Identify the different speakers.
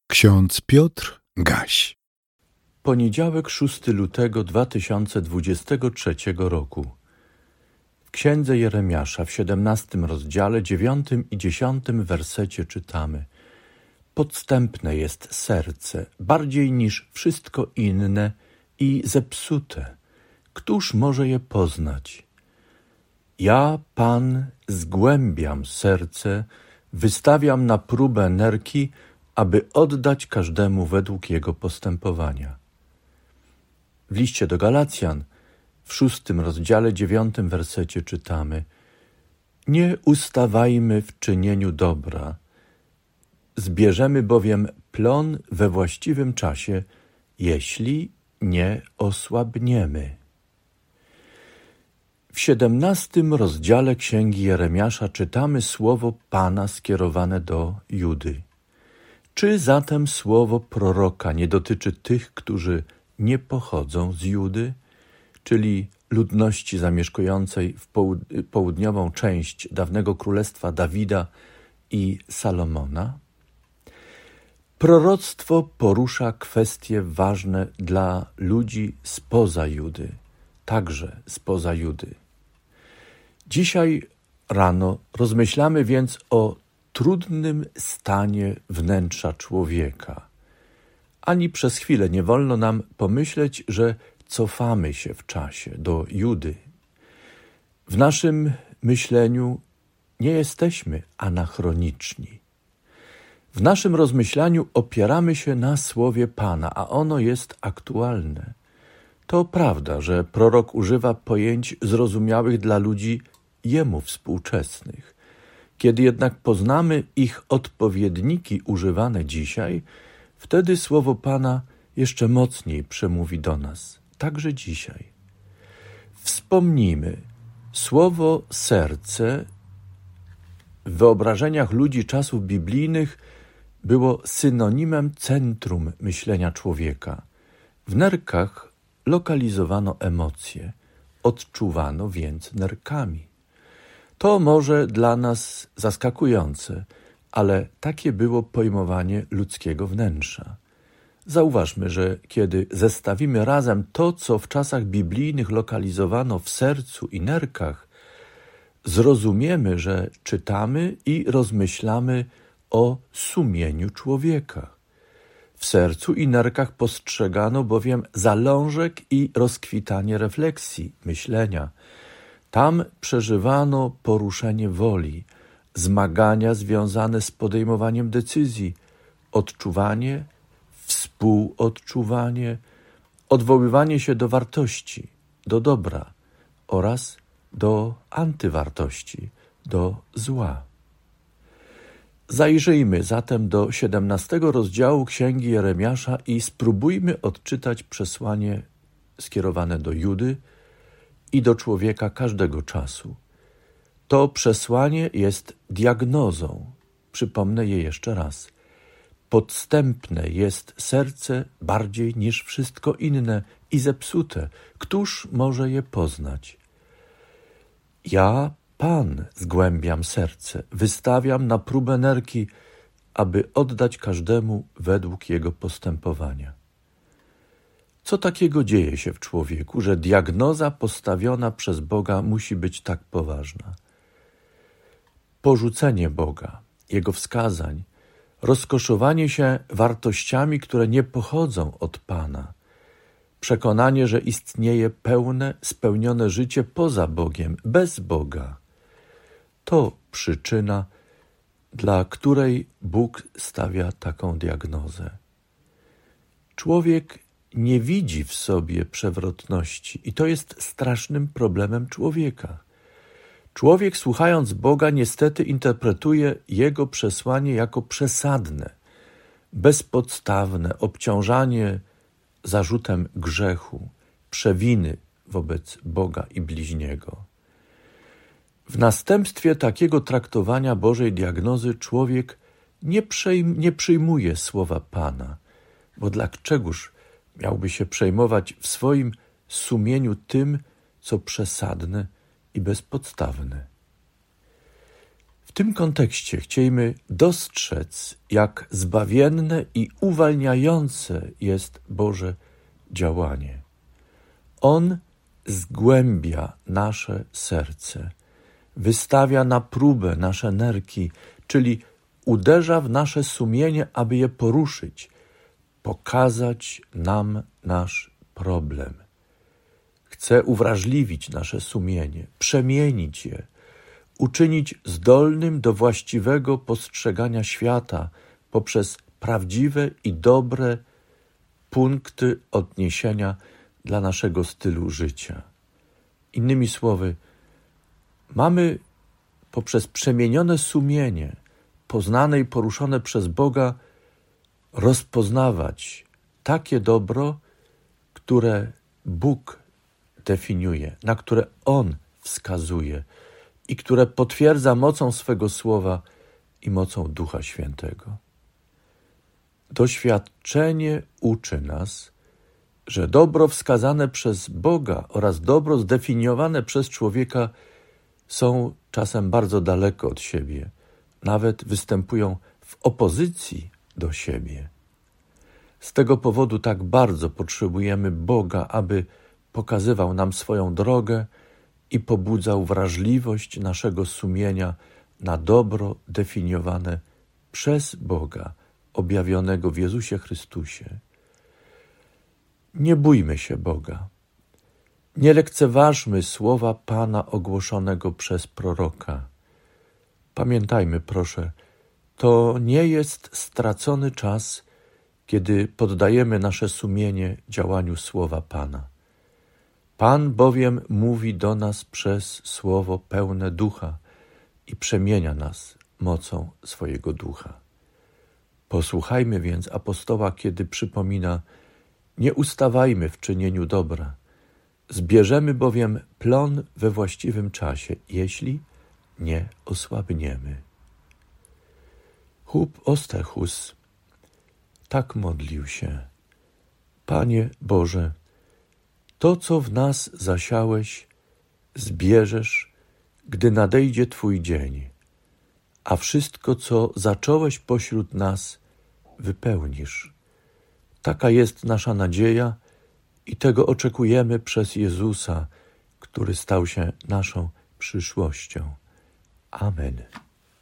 Speaker 1: Ksiądz Piotr Gaś.
Speaker 2: Poniedziałek 6 lutego 2023 roku. W Księdze Jeremiasza w 17 rozdziale 9 i 10 wersecie czytamy: Podstępne jest serce, bardziej niż wszystko inne i zepsute. Któż może je poznać? Ja, Pan, zgłębiam serce, wystawiam na próbę nerki, aby oddać każdemu według jego postępowania. W liście do Galacjan w 6 rozdziale 9 wersecie czytamy: Nie ustawajmy w czynieniu dobra, zbierzemy bowiem plon we właściwym czasie, jeśli nie osłabniemy. W 17 rozdziale Księgi Jeremiasza czytamy słowo Pana skierowane do Judy. Czy zatem słowo proroka nie dotyczy tych, którzy nie pochodzą z Judy, czyli ludności zamieszkującej w południową część dawnego królestwa Dawida i Salomona? Proroctwo porusza kwestie ważne dla ludzi spoza Judy, także spoza Judy. Dzisiaj rano rozmyślamy więc o trudnym stanie wnętrza człowieka. Ani przez chwilę nie wolno nam pomyśleć, że cofamy się w czasie do Judy. W naszym myśleniu nie jesteśmy anachroniczni. W naszym rozmyślaniu opieramy się na słowie Pana, a ono jest aktualne. To prawda, że prorok używa pojęć zrozumiałych dla ludzi jemu współczesnych. Kiedy jednak poznamy ich odpowiedniki używane dzisiaj, wtedy słowo Pana jeszcze mocniej przemówi do nas, także dzisiaj. Wspomnijmy, słowo serce w wyobrażeniach ludzi czasów biblijnych było synonimem centrum myślenia człowieka. W nerkach lokalizowano emocje, odczuwano więc nerkami. To może dla nas zaskakujące, ale takie było pojmowanie ludzkiego wnętrza. Zauważmy, że kiedy zestawimy razem to, co w czasach biblijnych lokalizowano w sercu i nerkach, zrozumiemy, że czytamy i rozmyślamy o sumieniu człowieka. W sercu i nerkach postrzegano bowiem zalążek i rozkwitanie refleksji, myślenia. Tam przeżywano poruszenie woli, zmagania związane z podejmowaniem decyzji, odczuwanie, współodczuwanie, odwoływanie się do wartości, do dobra oraz do antywartości, do zła. Zajrzyjmy zatem do 17 rozdziału Księgi Jeremiasza i spróbujmy odczytać przesłanie skierowane do Judy i do człowieka każdego czasu. To przesłanie jest diagnozą. Przypomnę je jeszcze raz. Podstępne jest serce bardziej niż wszystko inne i zepsute. Któż może je poznać? Ja, Pan, zgłębiam serce, wystawiam na próbę nerki, aby oddać każdemu według jego postępowania. Co takiego dzieje się w człowieku, że diagnoza postawiona przez Boga musi być tak poważna? Porzucenie Boga, Jego wskazań, rozkoszowanie się wartościami, które nie pochodzą od Pana, przekonanie, że istnieje pełne, spełnione życie poza Bogiem, bez Boga. To przyczyna, dla której Bóg stawia taką diagnozę. Człowiek nie widzi w sobie przewrotności i to jest strasznym problemem człowieka. Człowiek, słuchając Boga, niestety interpretuje Jego przesłanie jako przesadne, bezpodstawne obciążanie zarzutem grzechu, przewiny wobec Boga i bliźniego. W następstwie takiego traktowania Bożej diagnozy człowiek nie przyjmuje słowa Pana, bo dlaczegoż miałby się przejmować w swoim sumieniu tym, co przesadne i bezpodstawne. W tym kontekście chcielibyśmy dostrzec, jak zbawienne i uwalniające jest Boże działanie. On zgłębia nasze serce, wystawia na próbę nasze nerki, czyli uderza w nasze sumienie, aby je poruszyć, pokazać nam nasz problem. Chce uwrażliwić nasze sumienie, przemienić je, uczynić zdolnym do właściwego postrzegania świata poprzez prawdziwe i dobre punkty odniesienia dla naszego stylu życia. Innymi słowy, mamy poprzez przemienione sumienie, poznane i poruszone przez Boga, rozpoznawać takie dobro, które Bóg definiuje, na które On wskazuje i które potwierdza mocą swego Słowa i mocą Ducha Świętego. Doświadczenie uczy nas, że dobro wskazane przez Boga oraz dobro zdefiniowane przez człowieka są czasem bardzo daleko od siebie, nawet występują w opozycji do siebie. Z tego powodu tak bardzo potrzebujemy Boga, aby pokazywał nam swoją drogę i pobudzał wrażliwość naszego sumienia na dobro definiowane przez Boga, objawionego w Jezusie Chrystusie. Nie bójmy się Boga. Nie lekceważmy słowa Pana ogłoszonego przez proroka. Pamiętajmy, proszę, to nie jest stracony czas, kiedy poddajemy nasze sumienie działaniu słowa Pana. Pan bowiem mówi do nas przez słowo pełne ducha i przemienia nas mocą swojego ducha. Posłuchajmy więc apostoła, kiedy przypomina: nie ustawajmy w czynieniu dobra, zbierzemy bowiem plon we właściwym czasie, jeśli nie osłabniemy. Hub Ostechus tak modlił się: Panie Boże, to, co w nas zasiałeś, zbierzesz, gdy nadejdzie Twój dzień, a wszystko, co zacząłeś pośród nas, wypełnisz. Taka jest nasza nadzieja i tego oczekujemy przez Jezusa, który stał się naszą przyszłością. Amen.